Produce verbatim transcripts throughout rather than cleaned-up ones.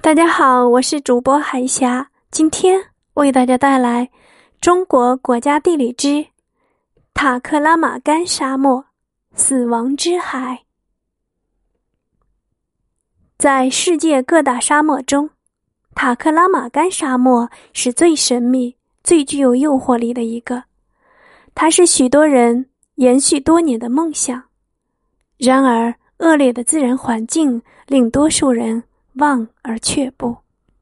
大家好，我是主播海霞，今天为大家带来中国国家地理之塔克拉玛干沙漠，死亡之海。在世界各大沙漠中，塔克拉玛干沙漠是最神秘、最具有诱惑力的一个，它是许多人延续多年的梦想。然而，恶劣的自然环境令多数人望而却步。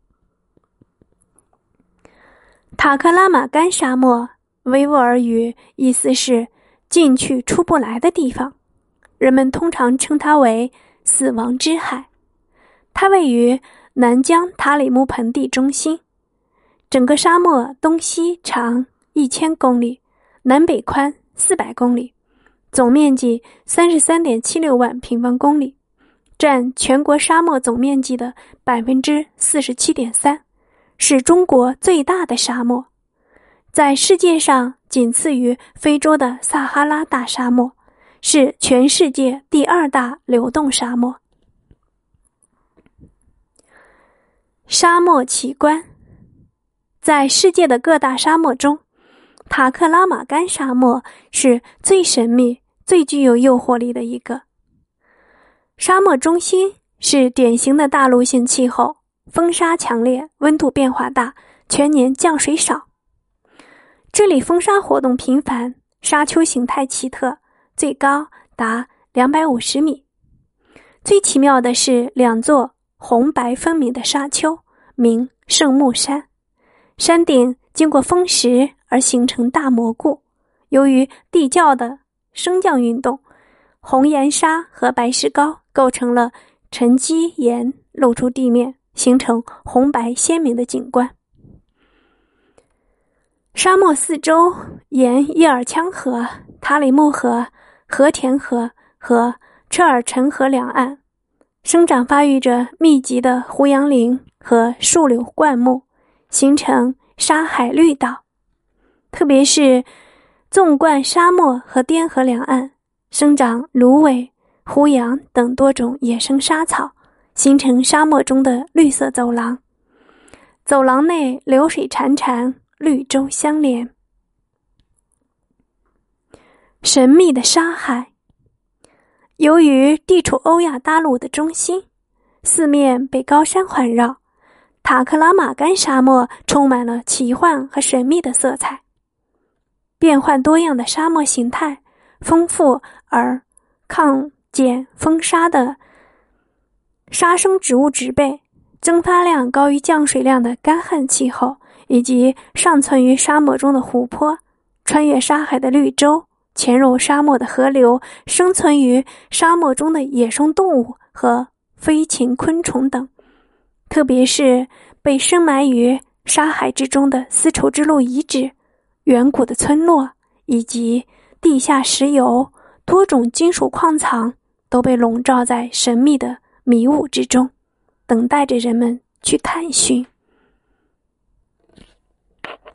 塔克拉玛干沙漠维吾尔语意思是进去出不来的地方，人们通常称它为死亡之海。它位于南疆塔里木盆地中心，整个沙漠东西长一千公里，南北宽四百公里，总面积 三十三点七六万平方公里，占全国沙漠总面积的 百分之四十七点三， 是中国最大的沙漠，在世界上仅次于非洲的撒哈拉大沙漠，是全世界第二大流动沙漠。沙漠奇观。在世界的各大沙漠中，塔克拉玛干沙漠是最神秘、最具有诱惑力的一个。沙漠中心是典型的大陆性气候，风沙强烈，温度变化大，全年降水少。这里风沙活动频繁，沙丘形态奇特，最高达两百五十米。最奇妙的是两座红白分明的沙丘，名圣木山，山顶经过风蚀而形成大蘑菇，由于地窖的升降运动，红岩沙和白石膏构成了沉积岩露出地面，形成红白鲜明的景观。沙漠四周沿叶尔羌河、塔里木河、和田河和车尔臣河两岸生长发育着密集的胡杨林和树柳灌木，形成沙海绿岛。特别是纵贯沙漠和滇河两岸生长芦苇、胡杨等多种野生沙草，形成沙漠中的绿色走廊。走廊内流水潺潺，绿洲相连。神秘的沙海。由于地处欧亚大陆的中心，四面被高山环绕，塔克拉玛干沙漠充满了奇幻和神秘的色彩。变幻多样的沙漠形态，丰富而抗减风沙的沙生植物植被，蒸发量高于降水量的干旱气候，以及尚存于沙漠中的湖泊，穿越沙海的绿洲，潜入沙漠的河流，生存于沙漠中的野生动物和飞禽昆虫等，特别是被深埋于沙海之中的丝绸之路遗址、远古的村落以及地下石油、多种金属矿藏，都被笼罩在神秘的迷雾之中，等待着人们去探寻。